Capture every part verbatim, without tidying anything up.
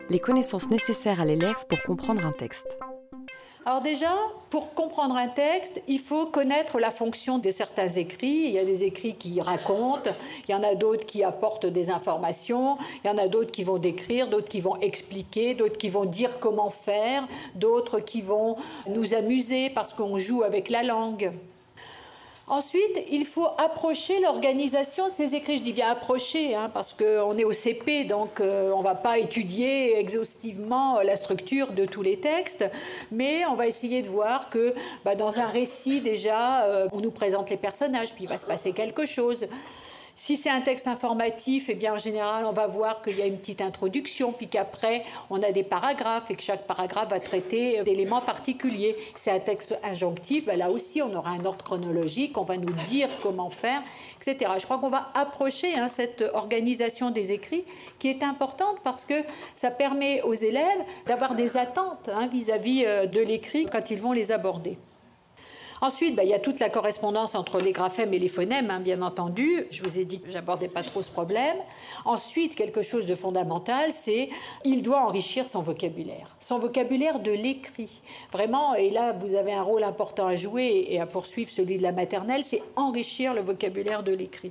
les connaissances nécessaires à l'élève pour comprendre un texte. Alors déjà, pour comprendre un texte, il faut connaître la fonction de certains écrits. Il y a des écrits qui racontent, il y en a d'autres qui apportent des informations, il y en a d'autres qui vont décrire, d'autres qui vont expliquer, d'autres qui vont dire comment faire, d'autres qui vont nous amuser parce qu'on joue avec la langue. Ensuite, il faut approcher l'organisation de ces écrits. Je dis bien approcher, hein, parce qu'on est au C P, donc euh, on ne va pas étudier exhaustivement la structure de tous les textes, mais on va essayer de voir que bah, dans un récit, déjà, euh, on nous présente les personnages, puis il va se passer quelque chose. Si c'est un texte informatif, eh bien, en général, on va voir qu'il y a une petite introduction, puis qu'après, on a des paragraphes et que chaque paragraphe va traiter d'éléments particuliers. C'est un texte injonctif, ben là aussi, on aura un ordre chronologique, on va nous dire comment faire, et cetera. Je crois qu'on va approcher hein, cette organisation des écrits qui est importante parce que ça permet aux élèves d'avoir des attentes hein, vis-à-vis de l'écrit quand ils vont les aborder. Ensuite, ben, il y a toute la correspondance entre les graphèmes et les phonèmes, hein, bien entendu. Je vous ai dit que je n'abordais pas trop ce problème. Ensuite, quelque chose de fondamental, c'est qu'il doit enrichir son vocabulaire. Son vocabulaire de l'écrit. Vraiment, et là, vous avez un rôle important à jouer et à poursuivre celui de la maternelle, c'est enrichir le vocabulaire de l'écrit.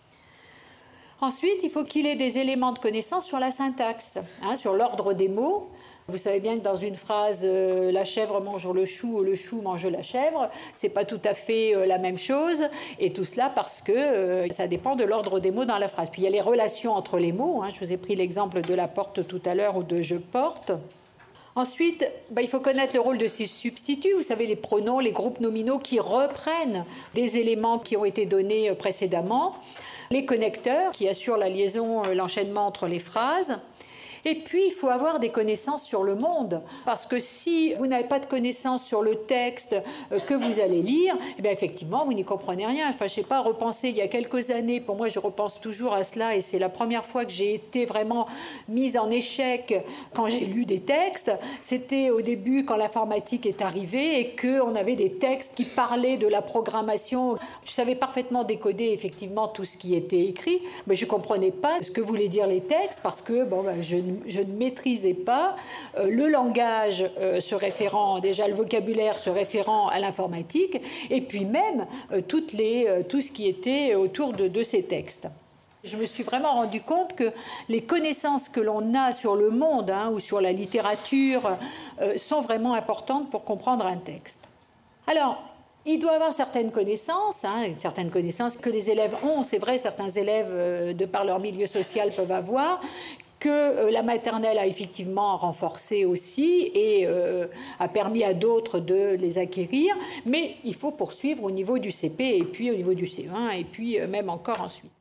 Ensuite, il faut qu'il ait des éléments de connaissance sur la syntaxe, hein, sur l'ordre des mots. Vous savez bien que dans une phrase euh, « la chèvre mange le chou » ou « le chou mange la chèvre », c'est pas tout à fait euh, la même chose, et tout cela parce que euh, ça dépend de l'ordre des mots dans la phrase. Puis il y a les relations entre les mots, hein, je vous ai pris l'exemple de la porte tout à l'heure ou de « je porte ». Ensuite, ben, il faut connaître le rôle de ces substituts, vous savez, les pronoms, les groupes nominaux qui reprennent des éléments qui ont été donnés précédemment, les connecteurs qui assurent la liaison, l'enchaînement entre les phrases. Et puis, il faut avoir des connaissances sur le monde, parce que si vous n'avez pas de connaissances sur le texte que vous allez lire, eh bien effectivement, vous n'y comprenez rien. Enfin, je ne sais pas, repenser il y a quelques années, pour moi, je repense toujours à cela, et c'est la première fois que j'ai été vraiment mise en échec quand j'ai lu des textes. C'était au début, quand l'informatique est arrivée, et qu'on avait des textes qui parlaient de la programmation. Je savais parfaitement décoder, effectivement, tout ce qui était écrit, mais je ne comprenais pas ce que voulaient dire les textes, parce que bon, ben, je je ne maîtrisais pas euh, le langage euh, se référant, déjà le vocabulaire se référant à l'informatique, et puis même euh, toutes les, euh, tout ce qui était autour de, de ces textes. Je me suis vraiment rendu compte que les connaissances que l'on a sur le monde hein, ou sur la littérature euh, sont vraiment importantes pour comprendre un texte. Alors, il doit avoir certaines connaissances, hein, certaines connaissances que les élèves ont, c'est vrai, certains élèves, euh, de par leur milieu social, peuvent avoir, que la maternelle a effectivement renforcé aussi et euh, a permis à d'autres de les acquérir, mais il faut poursuivre au niveau du C P et puis au niveau du C E un et puis même encore ensuite.